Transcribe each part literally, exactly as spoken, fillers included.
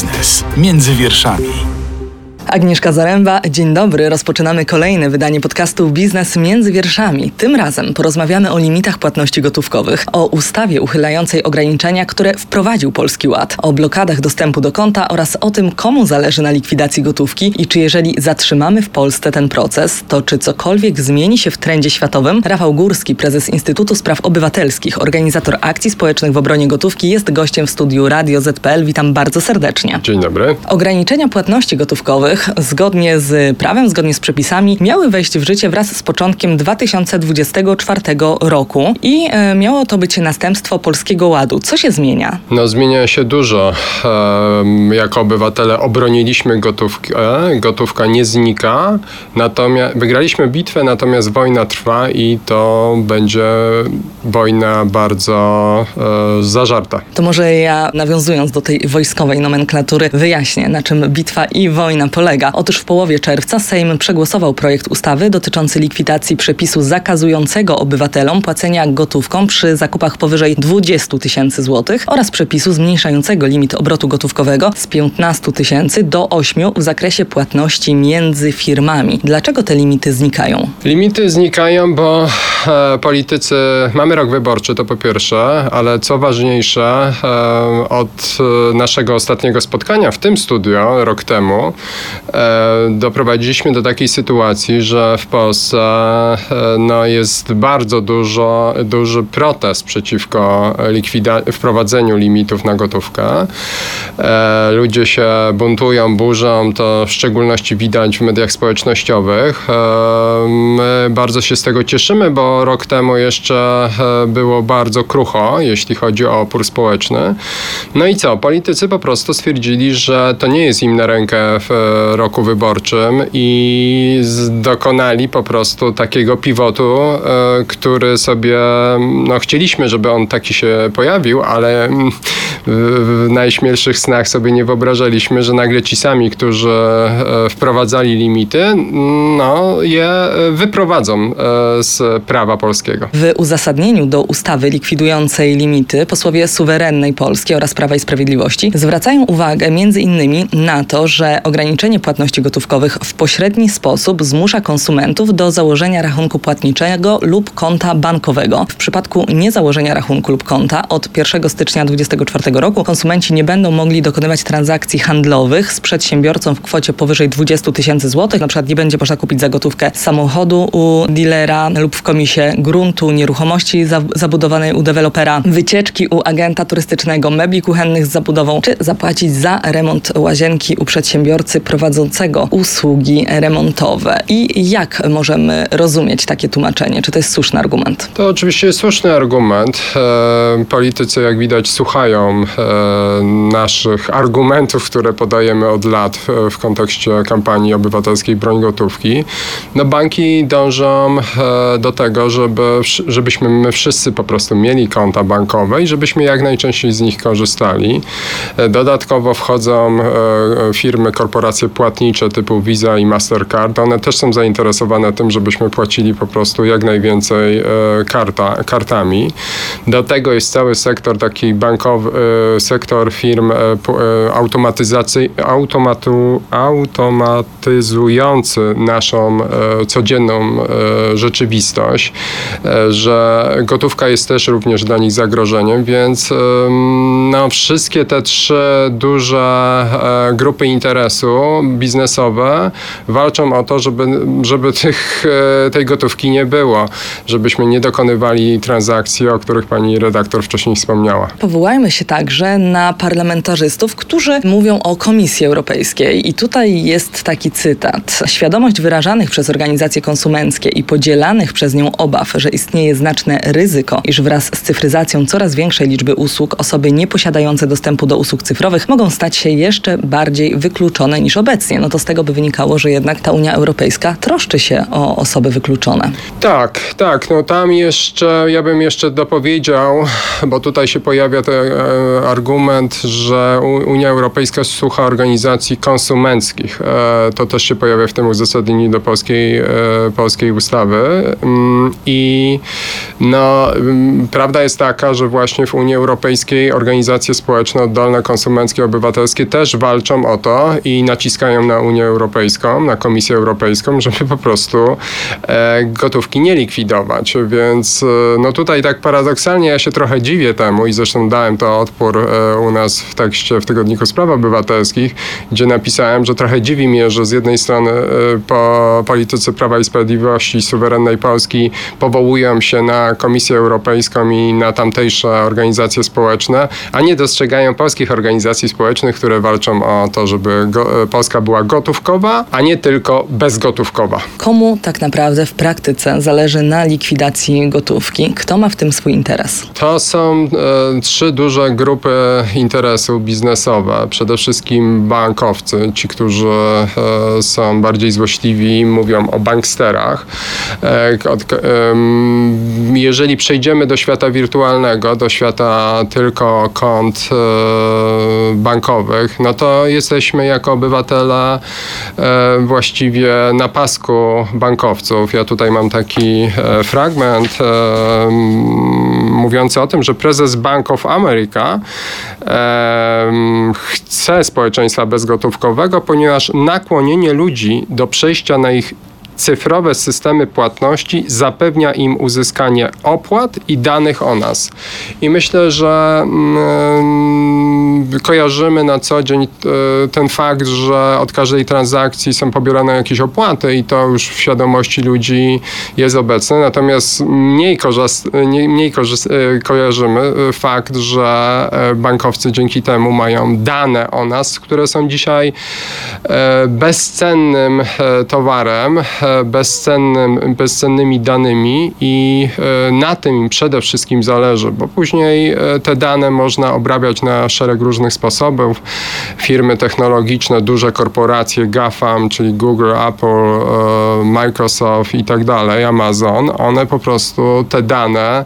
Biznes między wierszami. Agnieszka Zaręba, dzień dobry. Rozpoczynamy kolejne wydanie podcastu Biznes między wierszami. Tym razem porozmawiamy o limitach płatności gotówkowych, o ustawie uchylającej ograniczenia, które wprowadził Polski Ład, o blokadach dostępu do konta oraz o tym, komu zależy na likwidacji gotówki i czy jeżeli zatrzymamy w Polsce ten proces, to czy cokolwiek zmieni się w trendzie światowym? Rafał Górski, prezes Instytutu Spraw Obywatelskich, organizator akcji społecznych w obronie gotówki, jest gościem w studiu Radio Z P L. Witam bardzo serdecznie. Dzień dobry. Ograniczenia płatności gotówkowych zgodnie z prawem, zgodnie z przepisami miały wejść w życie wraz z początkiem dwa tysiące dwudziestego czwartego roku i e, miało to być następstwo Polskiego Ładu. Co się zmienia? No zmienia się dużo. E, jako obywatele obroniliśmy gotówkę. Gotówka nie znika. Natomiast wygraliśmy bitwę, natomiast wojna trwa i to będzie wojna bardzo e, zażarta. To może ja, nawiązując do tej wojskowej nomenklatury, wyjaśnię, na czym bitwa i wojna polega. Otóż w połowie czerwca Sejm przegłosował projekt ustawy dotyczący likwidacji przepisu zakazującego obywatelom płacenia gotówką przy zakupach powyżej dwudziestu tysięcy złotych oraz przepisu zmniejszającego limit obrotu gotówkowego z piętnastu tysięcy do ośmiu w zakresie płatności między firmami. Dlaczego te limity znikają? Limity znikają, bo e, politycy... Mamy rok wyborczy, to po pierwsze, ale co ważniejsze, e, od e, naszego ostatniego spotkania w tym studio rok temu E, doprowadziliśmy do takiej sytuacji, że w Polsce e, no, jest bardzo dużo, duży protest przeciwko likwida- wprowadzeniu limitów na gotówkę. E, ludzie się buntują, burzą, to w szczególności widać w mediach społecznościowych. E, my bardzo się z tego cieszymy, bo rok temu jeszcze e, było bardzo krucho, jeśli chodzi o opór społeczny. No i co? Politycy po prostu stwierdzili, że to nie jest im na rękę w roku wyborczym i dokonali po prostu takiego pivotu, e, który sobie, no chcieliśmy, żeby on taki się pojawił, ale w, w najśmielszych snach sobie nie wyobrażaliśmy, że nagle ci sami, którzy e, wprowadzali limity, no je wyprowadzą e, z prawa polskiego. W uzasadnieniu do ustawy likwidującej limity posłowie Suwerennej Polski oraz Prawa i Sprawiedliwości zwracają uwagę między innymi na to, że ograniczenie płatności gotówkowych w pośredni sposób zmusza konsumentów do założenia rachunku płatniczego lub konta bankowego. W przypadku niezałożenia rachunku lub konta od pierwszego stycznia dwa tysiące dwudziestego czwartego roku konsumenci nie będą mogli dokonywać transakcji handlowych z przedsiębiorcą w kwocie powyżej dwudziestu tysięcy złotych. Na przykład nie będzie można kupić za gotówkę samochodu u dealera lub w komisie gruntu, nieruchomości zabudowanej u dewelopera, wycieczki u agenta turystycznego, mebli kuchennych z zabudową, czy zapłacić za remont łazienki u przedsiębiorcy prowadzącego usługi remontowe. I jak możemy rozumieć takie tłumaczenie? Czy to jest słuszny argument? To oczywiście jest słuszny argument. E, politycy, jak widać, słuchają e, naszych argumentów, które podajemy od lat w, w kontekście kampanii obywatelskiej Broń Gotówki. No banki dążą e, do tego, żeby, żebyśmy my wszyscy po prostu mieli konta bankowe i żebyśmy jak najczęściej z nich korzystali. E, dodatkowo wchodzą e, firmy, korporacje płatnicze typu Visa i Mastercard. One też są zainteresowane tym, żebyśmy płacili po prostu jak najwięcej e, karta, kartami. Do tego jest cały sektor taki bankowy, e, sektor firm e, e, automatyzacji, automatu, automatyzujący naszą e, codzienną e, rzeczywistość, e, że gotówka jest też również dla nich zagrożeniem, więc e, no, wszystkie te trzy duże e, grupy interesu biznesowe walczą o to, żeby, żeby tych, tej gotówki nie było, żebyśmy nie dokonywali transakcji, o których pani redaktor wcześniej wspomniała. Powołajmy się także na parlamentarzystów, którzy mówią o Komisji Europejskiej i tutaj jest taki cytat. Świadomość wyrażanych przez organizacje konsumenckie i podzielanych przez nią obaw, że istnieje znaczne ryzyko, iż wraz z cyfryzacją coraz większej liczby usług osoby nieposiadające dostępu do usług cyfrowych mogą stać się jeszcze bardziej wykluczone niż obecnie. No to z tego by wynikało, że jednak ta Unia Europejska troszczy się o osoby wykluczone. Tak, tak. No tam jeszcze, ja bym jeszcze dopowiedział, bo tutaj się pojawia ten e, argument, że Unia Europejska słucha organizacji konsumenckich. E, to też się pojawia w tym uzasadnieniu do polskiej, e, polskiej ustawy. I no, prawda jest taka, że właśnie w Unii Europejskiej organizacja organizacje społeczne, oddolne, konsumenckie, obywatelskie też walczą o to i naciskają na Unię Europejską, na Komisję Europejską, żeby po prostu e, gotówki nie likwidować. Więc no tutaj tak paradoksalnie ja się trochę dziwię temu i zresztą dałem to odpór e, u nas w tekście w Tygodniku Spraw Obywatelskich, gdzie napisałem, że trochę dziwi mnie, że z jednej strony e, po politycy Prawa i Sprawiedliwości suwerennej Polski powołują się na Komisję Europejską i na tamtejsze organizacje społeczne, a nie dostrzegają polskich organizacji społecznych, które walczą o to, żeby go, Polska była gotówkowa, a nie tylko bezgotówkowa. Komu tak naprawdę w praktyce zależy na likwidacji gotówki? Kto ma w tym swój interes? To są e, trzy duże grupy interesów biznesowe. Przede wszystkim bankowcy, ci, którzy e, są bardziej złośliwi, mówią o banksterach. E, od, e, jeżeli przejdziemy do świata wirtualnego, do świata tylko kont e, bankowych, no to jesteśmy jako obywatele e, właściwie na pasku bankowców. Ja tutaj mam taki e, fragment e, mówiący o tym, że prezes Bank of America e, chce społeczeństwa bezgotówkowego, ponieważ nakłonienie ludzi do przejścia na ich cyfrowe systemy płatności zapewnia im uzyskanie opłat i danych o nas. I myślę, że mm, kojarzymy na co dzień y, ten fakt, że od każdej transakcji są pobierane jakieś opłaty i to już w świadomości ludzi jest obecne. Natomiast mniej, korzyst, nie, mniej korzyst, y, kojarzymy y, fakt, że y, bankowcy dzięki temu mają dane o nas, które są dzisiaj y, bezcennym y, towarem, bezcennym, bezcennymi danymi i na tym im przede wszystkim zależy, bo później te dane można obrabiać na szereg różnych sposobów. Firmy technologiczne, duże korporacje GAFAM, czyli Google, Apple, Microsoft i tak dalej, Amazon, one po prostu te dane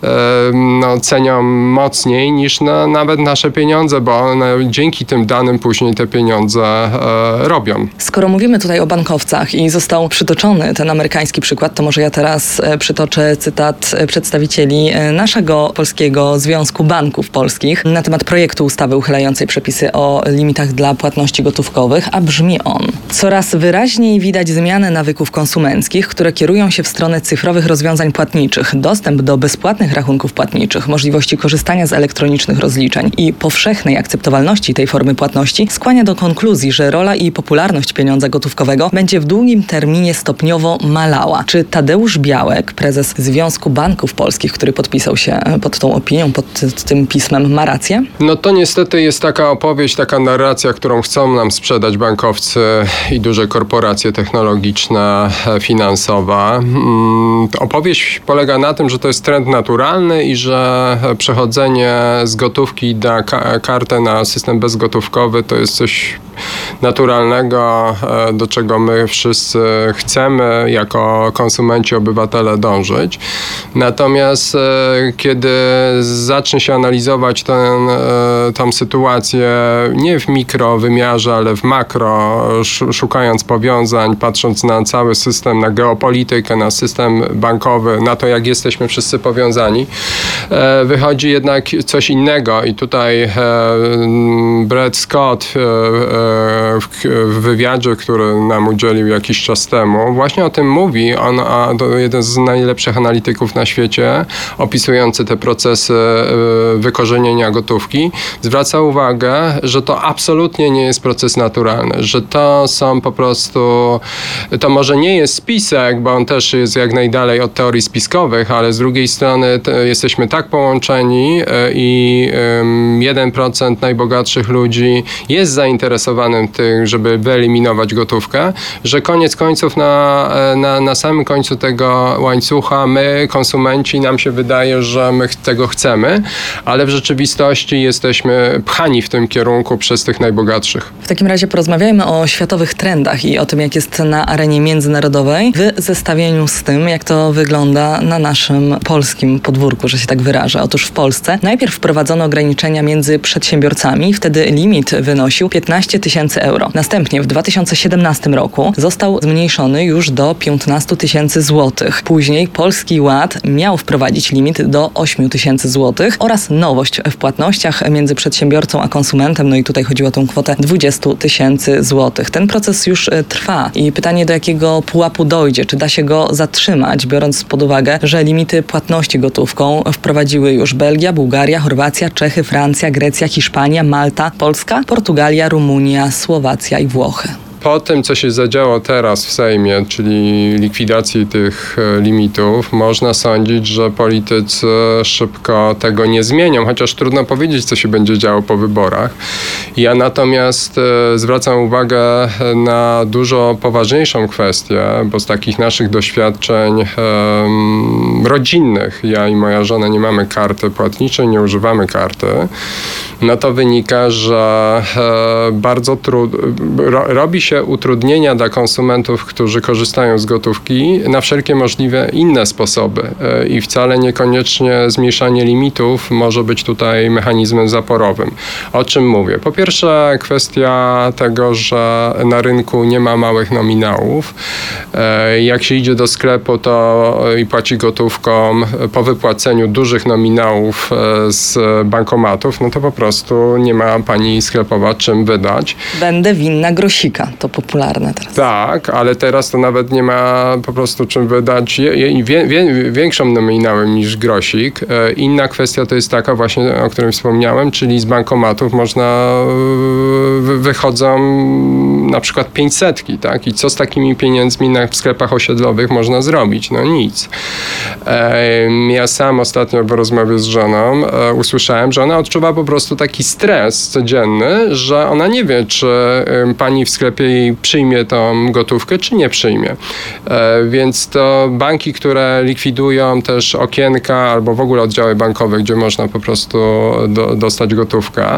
no, cenią mocniej niż na, nawet nasze pieniądze, bo one dzięki tym danym później te pieniądze robią. Skoro mówimy tutaj o bankowcach i został przytoczony ten amerykański przykład, to może ja teraz przytoczę cytat przedstawicieli naszego Polskiego Związku Banków Polskich na temat projektu ustawy uchylającej przepisy o limitach dla płatności gotówkowych, a brzmi on: coraz wyraźniej widać zmianę nawyków konsumenckich, które kierują się w stronę cyfrowych rozwiązań płatniczych, dostęp do bezpłatnych rachunków płatniczych, możliwości korzystania z elektronicznych rozliczeń i powszechnej akceptowalności tej formy płatności skłania do konkluzji, że rola i popularność pieniądza gotówkowego będzie w długim terminie stopniowo malała. Czy Tadeusz Białek, prezes Związku Banków Polskich, który podpisał się pod tą opinią, pod tym pismem, ma rację? No to niestety jest taka opowieść, taka narracja, którą chcą nam sprzedać bankowcy i duże korporacje technologiczne, finansowa. Hmm, opowieść polega na tym, że to jest trend naturalny i że przechodzenie z gotówki na ka- kartę na system bezgotówkowy to jest coś naturalnego, do czego my wszyscy chcemy jako konsumenci, obywatele dążyć. Natomiast e, kiedy zacznie się analizować ten, e, tą sytuację nie w mikrowymiarze, ale w makro, sz, szukając powiązań, patrząc na cały system, na geopolitykę, na system bankowy, na to, jak jesteśmy wszyscy powiązani, e, wychodzi jednak coś innego i tutaj e, Brad Scott e, e, w, w wywiadzie, który nam udzielił jakiś czas temu, właśnie o tym mówi. On, a to jeden z najlepszych analityków na świecie, opisujący te procesy y, wykorzenienia gotówki, zwraca uwagę, że to absolutnie nie jest proces naturalny, że to są po prostu, to może nie jest spisek, bo on też jest jak najdalej od teorii spiskowych, ale z drugiej strony te, jesteśmy tak połączeni y, i y, jeden procent najbogatszych ludzi jest zainteresowanym tym, żeby wyeliminować gotówkę, że koniec końców na, na, na samym końcu tego łańcucha my, konsumenci, nam się wydaje, że my tego chcemy, ale w rzeczywistości jesteśmy pchani w tym kierunku przez tych najbogatszych. W takim razie porozmawiajmy o światowych trendach i o tym, jak jest na arenie międzynarodowej w zestawieniu z tym, jak to wygląda na naszym polskim podwórku, że się tak wyrażę. Otóż w Polsce najpierw wprowadzono ograniczenia między przedsiębiorcami, wtedy limit wynosił piętnaście tysięcy euro. Następnie w dwa tysiące siedemnastym roku został zmniejszony już do piętnaście tysięcy złotych. Później Polski Ład miał wprowadzić limit do osiem tysięcy złotych oraz nowość w płatnościach między przedsiębiorcą a konsumentem, no i tutaj chodzi o tą kwotę dwadzieścia tysięcy złotych. Ten proces już trwa i pytanie, do jakiego pułapu dojdzie, czy da się go zatrzymać, biorąc pod uwagę, że limity płatności gotówką wprowadziły już Belgia, Bułgaria, Chorwacja, Czechy, Francja, Grecja, Hiszpania, Malta, Polska, Portugalia, Rumunia, Słowacja i Włochy. Po tym, co się zadziało teraz w Sejmie, czyli likwidacji tych limitów, można sądzić, że politycy szybko tego nie zmienią, chociaż trudno powiedzieć, co się będzie działo po wyborach. Ja natomiast zwracam uwagę na dużo poważniejszą kwestię, bo z takich naszych doświadczeń um, rodzinnych, ja i moja żona nie mamy karty płatniczej, nie używamy karty, no to wynika, że e, bardzo trudno, ro, robi się utrudnienia dla konsumentów, którzy korzystają z gotówki na wszelkie możliwe inne sposoby e, i wcale niekoniecznie zmniejszanie limitów może być tutaj mechanizmem zaporowym. O czym mówię? Po pierwsze kwestia tego, że na rynku nie ma małych nominałów. E, jak się idzie do sklepu to i płaci gotówką po wypłaceniu dużych nominałów e, z bankomatów, no to po prostu Po prostu nie ma pani sklepowa czym wydać. Będę winna grosika, to popularne teraz. Tak, ale teraz to nawet nie ma po prostu czym wydać je, je, wie, wie, większą nominałem niż grosik. E, inna kwestia to jest taka właśnie, o której wspomniałem, czyli z bankomatów można, wy, wychodzą na przykład pięćsetki, tak? I co z takimi pieniędzmi na, w sklepach osiedlowych można zrobić? No nic. E, ja sam ostatnio w rozmowie z żoną e, usłyszałem, że ona odczuwa po prostu taki stres codzienny, że ona nie wie, czy y, pani w sklepie jej przyjmie tą gotówkę, czy nie przyjmie. E, więc to banki, które likwidują też okienka albo w ogóle oddziały bankowe, gdzie można po prostu do, dostać gotówkę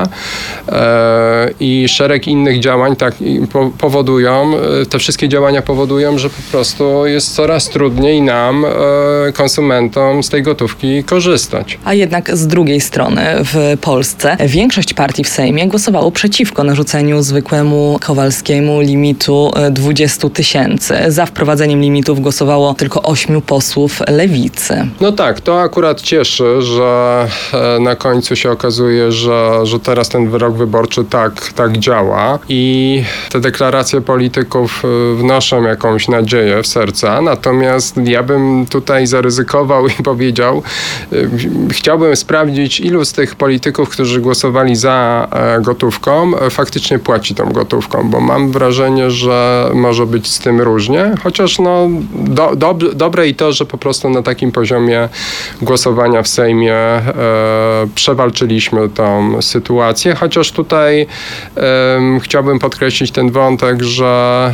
e, i szereg innych działań tak po, powodują, te wszystkie działania powodują, że po prostu jest coraz trudniej nam, e, konsumentom z tej gotówki korzystać. A jednak z drugiej strony w Polsce większość partii w Sejmie głosowało przeciwko narzuceniu zwykłemu Kowalskiemu limitu dwadzieścia tysięcy. Za wprowadzeniem limitów głosowało tylko ośmiu posłów Lewicy. No tak, to akurat cieszy, że na końcu się okazuje, że, że teraz ten rok wyborczy tak, tak działa i te deklaracje polityków wnoszą jakąś nadzieję w serca. Natomiast ja bym tutaj zaryzykował i powiedział, chciałbym sprawdzić, ilu z tych polityków, którzy głosowali za gotówką, faktycznie płaci tą gotówką, bo mam wrażenie, że może być z tym różnie, chociaż no, do, do, dobre i to, że po prostu na takim poziomie głosowania w Sejmie e, przewalczyliśmy tą sytuację, chociaż tutaj e, chciałbym podkreślić ten wątek, że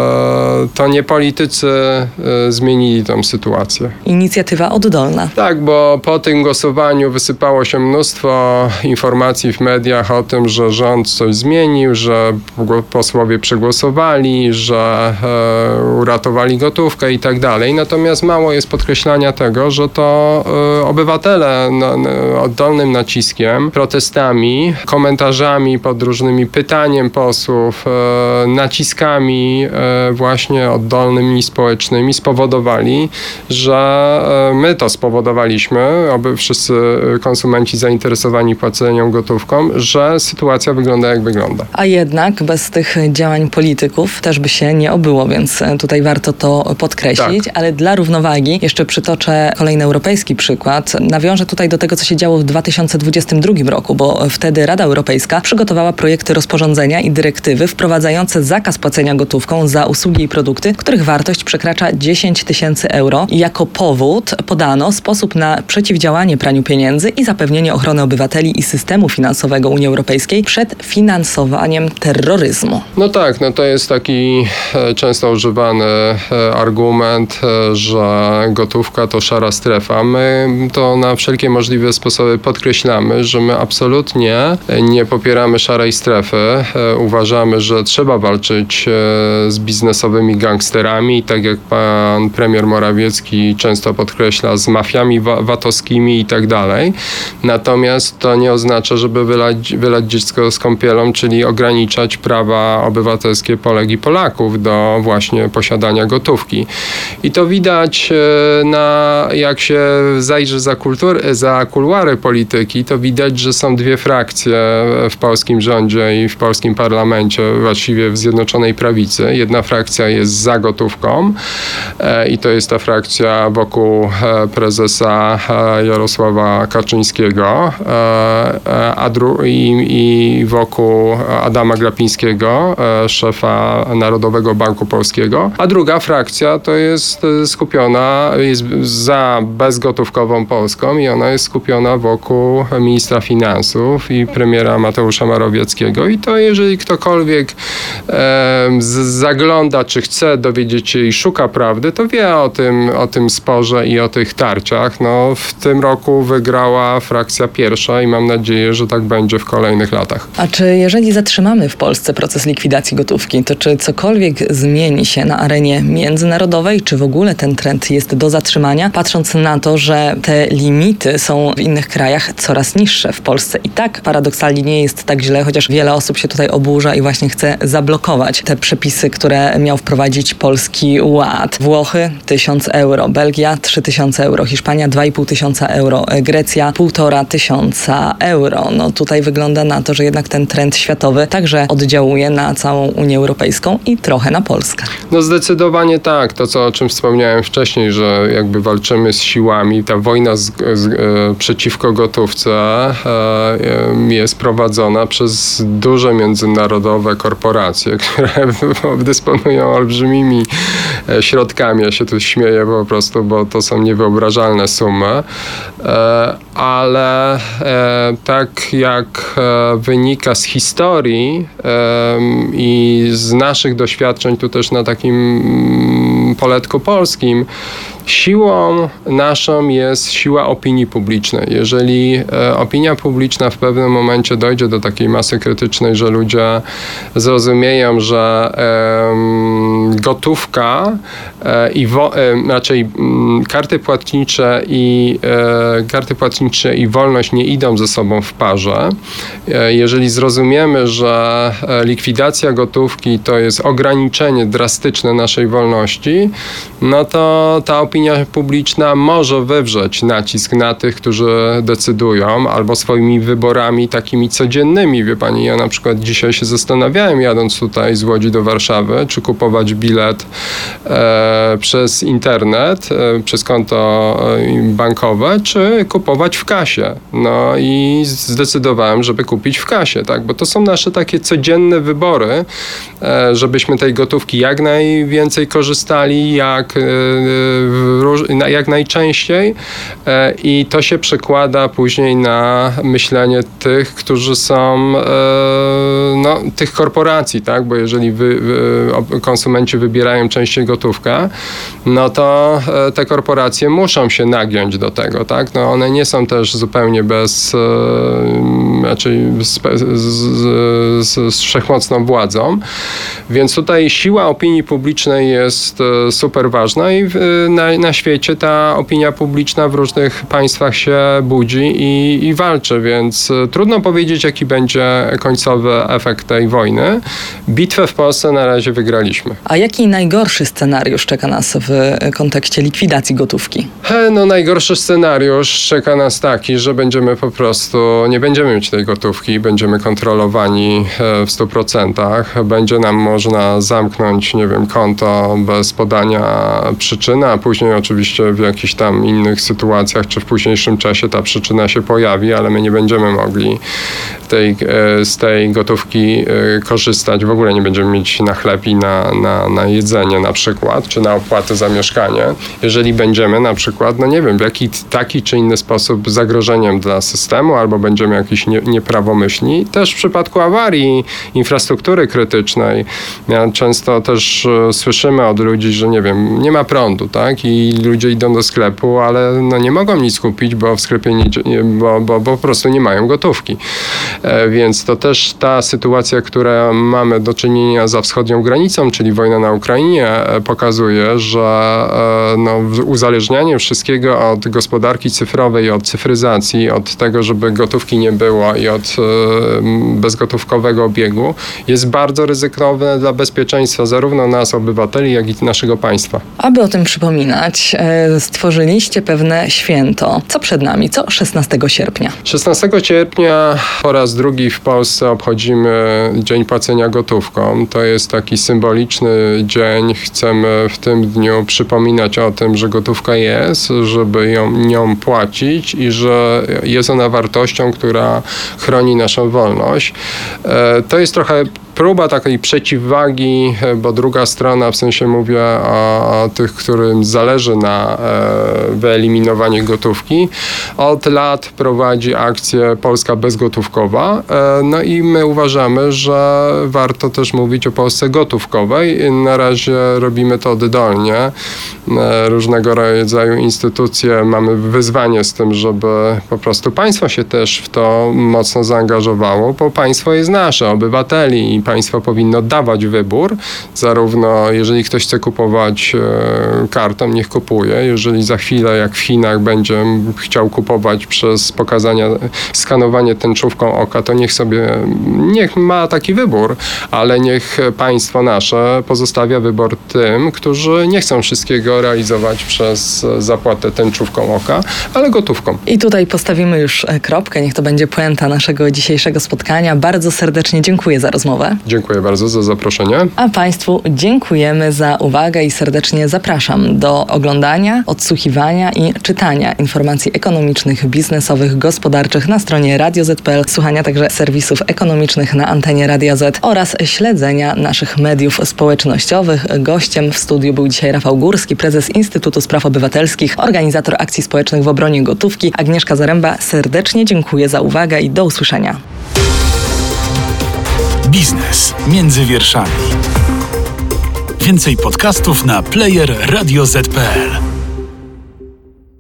e, to nie politycy e, zmienili tą sytuację. Inicjatywa oddolna. Tak, bo po tym głosowaniu wysypało się mnóstwo informacji w mediach o tym, że rząd coś zmienił, że posłowie przegłosowali, że e, uratowali gotówkę i tak dalej. Natomiast mało jest podkreślania tego, że to e, obywatele na, na, oddolnym naciskiem, protestami, komentarzami pod różnymi pytaniem posłów, e, naciskami e, właśnie oddolnymi, społecznymi spowodowali, że e, my to spowodowaliśmy, aby wszyscy konsumenci zainteresowani płaceniem gotówką, że sytuacja wygląda jak wygląda. A jednak bez tych działań polityków też by się nie obyło, więc tutaj warto to podkreślić, tak. Ale dla równowagi jeszcze przytoczę kolejny europejski przykład. Nawiążę tutaj do tego, co się działo w dwa tysiące dwudziestym drugim roku, bo wtedy Rada Europejska przygotowała projekty rozporządzenia i dyrektywy wprowadzające zakaz płacenia gotówką za usługi i produkty, których wartość przekracza dziesięć tysięcy euro. I jako powód podano sposób na przeciwdziałanie praniu pieniędzy i zapewnienie ochrony obywateli i systemu finansowego Unii Europejskiej przed finansowaniem terroryzmu. No tak, no to jest taki e, często używany e, argument, e, że gotówka to szara strefa. My to na wszelkie możliwe sposoby podkreślamy, że my absolutnie nie popieramy szarej strefy. E, uważamy, że trzeba walczyć e, z biznesowymi gangsterami, tak jak pan premier Morawiecki często podkreśla, z mafiami wa- VAT-owskimi i tak dalej. Natomiast to nie oznacza, oznacza, żeby wylać, wylać dziecko z kąpielą, czyli ograniczać prawa obywatelskie Polek i Polaków do właśnie posiadania gotówki. I to widać, na, jak się zajrzy za, kultur, za kuluary polityki, to widać, że są dwie frakcje w polskim rządzie i w polskim parlamencie, właściwie w Zjednoczonej Prawicy. Jedna frakcja jest za gotówką i to jest ta frakcja wokół prezesa Jarosława Kaczyńskiego a dru- i, i wokół Adama Glapińskiego, szefa Narodowego Banku Polskiego, a druga frakcja to jest skupiona, jest za bezgotówkową Polską i ona jest skupiona wokół ministra finansów i premiera Mateusza Morawieckiego. I to jeżeli ktokolwiek e, z, zagląda, czy chce dowiedzieć się i szuka prawdy, to wie o tym, o tym sporze i o tych tarciach. No, w tym roku wygrała frakcja pierwsza i mam nadzieję, że tak będzie w kolejnych latach. A czy jeżeli zatrzymamy w Polsce proces likwidacji gotówki, to czy cokolwiek zmieni się na arenie międzynarodowej, czy w ogóle ten trend jest do zatrzymania, patrząc na to, że te limity są w innych krajach coraz niższe. W Polsce i tak paradoksalnie nie jest tak źle, chociaż wiele osób się tutaj oburza i właśnie chce zablokować te przepisy, które miał wprowadzić Polski Ład. Włochy tysiąc euro, Belgia trzy tysiące euro, Hiszpania dwa i pół tysiąca euro, Grecja półtora tysiąca euro. No tutaj wygląda na to, że jednak ten trend światowy także oddziałuje na całą Unię Europejską i trochę na Polskę. No zdecydowanie tak. To, co, o czym wspomniałem wcześniej, że jakby walczymy z siłami, ta wojna z, z, e, przeciwko gotówce e, jest prowadzona przez duże międzynarodowe korporacje, które dysponują olbrzymimi środkami. Ja się tu śmieję po prostu, bo to są niewyobrażalne sumy. E, ale e, tak jak e, wynika z historii e, i z naszych doświadczeń tu też na takim mm, poletku polskim, siłą naszą jest siła opinii publicznej. Jeżeli e, opinia publiczna w pewnym momencie dojdzie do takiej masy krytycznej, że ludzie zrozumieją, że e, gotówka e, i wo, e, raczej m, karty płatnicze i e, karty płatnicze i wolność nie idą ze sobą w parze. E, jeżeli zrozumiemy, że e, likwidacja gotówki to jest ograniczenie drastyczne naszej wolności, no to ta opinia Opinia publiczna może wywrzeć nacisk na tych, którzy decydują, albo swoimi wyborami takimi codziennymi. Wie pani, ja na przykład dzisiaj się zastanawiałem, jadąc tutaj z Łodzi do Warszawy, czy kupować bilet e, przez internet, e, przez konto e, bankowe, czy kupować w kasie. No i zdecydowałem, żeby kupić w kasie, tak? Bo to są nasze takie codzienne wybory, e, żebyśmy tej gotówki jak najwięcej korzystali, jak e, jak najczęściej i to się przekłada później na myślenie tych, którzy są no, tych korporacji, tak? Bo jeżeli wy, wy, konsumenci wybierają częściej gotówkę, no to te korporacje muszą się nagiąć do tego, tak? No, one nie są też zupełnie bez raczej z, z, z, z wszechmocną władzą, więc tutaj siła opinii publicznej jest super ważna i na, na świecie ta opinia publiczna w różnych państwach się budzi i, i walczy, więc trudno powiedzieć, jaki będzie końcowy efekt tej wojny. Bitwę w Polsce na razie wygraliśmy. A jaki najgorszy scenariusz czeka nas w kontekście likwidacji gotówki? He, no najgorszy scenariusz czeka nas taki, że będziemy po prostu, nie będziemy mieć tej gotówki, będziemy kontrolowani w stu procentach. Będzie nam można zamknąć, nie wiem, konto bez podania przyczyny, a później oczywiście w jakichś tam innych sytuacjach, czy w późniejszym czasie ta przyczyna się pojawi, ale my nie będziemy mogli tej, z tej gotówki korzystać. W ogóle nie będziemy mieć na chleb i na, na, na jedzenie na przykład, czy na opłaty za mieszkanie. Jeżeli będziemy na przykład, no nie wiem, w jaki taki czy inny sposób zagrożeniem dla systemu, albo będziemy jakiś nie, nieprawomyślni. Też w przypadku awarii infrastruktury krytycznej ja często też słyszymy od ludzi, że nie wiem, nie ma prądu, tak? I ludzie idą do sklepu, ale no nie mogą nic kupić, bo w sklepie nie, bo, bo, bo po prostu nie mają gotówki. Więc to też ta sytuacja, która mamy do czynienia za wschodnią granicą, czyli wojna na Ukrainie, pokazuje, że no, uzależnianie wszystkiego od gospodarki cyfrowej, od cyfryzacji, od tego, żeby gotówki nie było i od bezgotówkowego obiegu jest bardzo ryzykowne dla bezpieczeństwa zarówno nas, obywateli, jak i naszego państwa. Aby o tym przypominać, stworzyliście pewne święto. Co przed nami? Co szesnastego sierpnia? szesnastego sierpnia po raz drugi w Polsce obchodzimy Dzień Płacenia Gotówką. To jest taki symboliczny dzień. Chcemy w tym dniu przypominać o tym, że gotówka jest, żeby ją, nią płacić i że jest ona wartością, która chroni naszą wolność. To jest trochę próba takiej przeciwwagi, bo druga strona, w sensie mówię o, o tych, którym zależy na e, wyeliminowaniu gotówki, od lat prowadzi akcję Polska bezgotówkowa. E, no i my uważamy, że warto też mówić o Polsce gotówkowej. Na razie robimy to oddolnie. E, różnego rodzaju instytucje, mamy wyzwanie z tym, żeby po prostu państwo się też w to mocno zaangażowało, bo państwo jest nasze, obywateli i państwo powinno dawać wybór, zarówno jeżeli ktoś chce kupować e, kartą, niech kupuje. Jeżeli za chwilę, jak w Chinach, będzie chciał kupować przez pokazanie, skanowanie tęczówką oka, to niech sobie, niech ma taki wybór, ale niech państwo nasze pozostawia wybór tym, którzy nie chcą wszystkiego realizować przez zapłatę tęczówką oka, ale gotówką. I tutaj postawimy już kropkę. Niech to będzie puenta naszego dzisiejszego spotkania. Bardzo serdecznie dziękuję za rozmowę. Dziękuję bardzo za zaproszenie. A Państwu dziękujemy za uwagę i serdecznie zapraszam do oglądania, odsłuchiwania i czytania informacji ekonomicznych, biznesowych, gospodarczych na stronie radio zet kropka pe el, słuchania także serwisów ekonomicznych na antenie Radia Z oraz śledzenia naszych mediów społecznościowych. Gościem w studiu był dzisiaj Rafał Górski, prezes Instytutu Spraw Obywatelskich, organizator akcji społecznych w obronie gotówki. Agnieszka Zaręba, serdecznie dziękuję za uwagę i do usłyszenia. Biznes między wierszami. Więcej podcastów na player radio zet kropka pe el.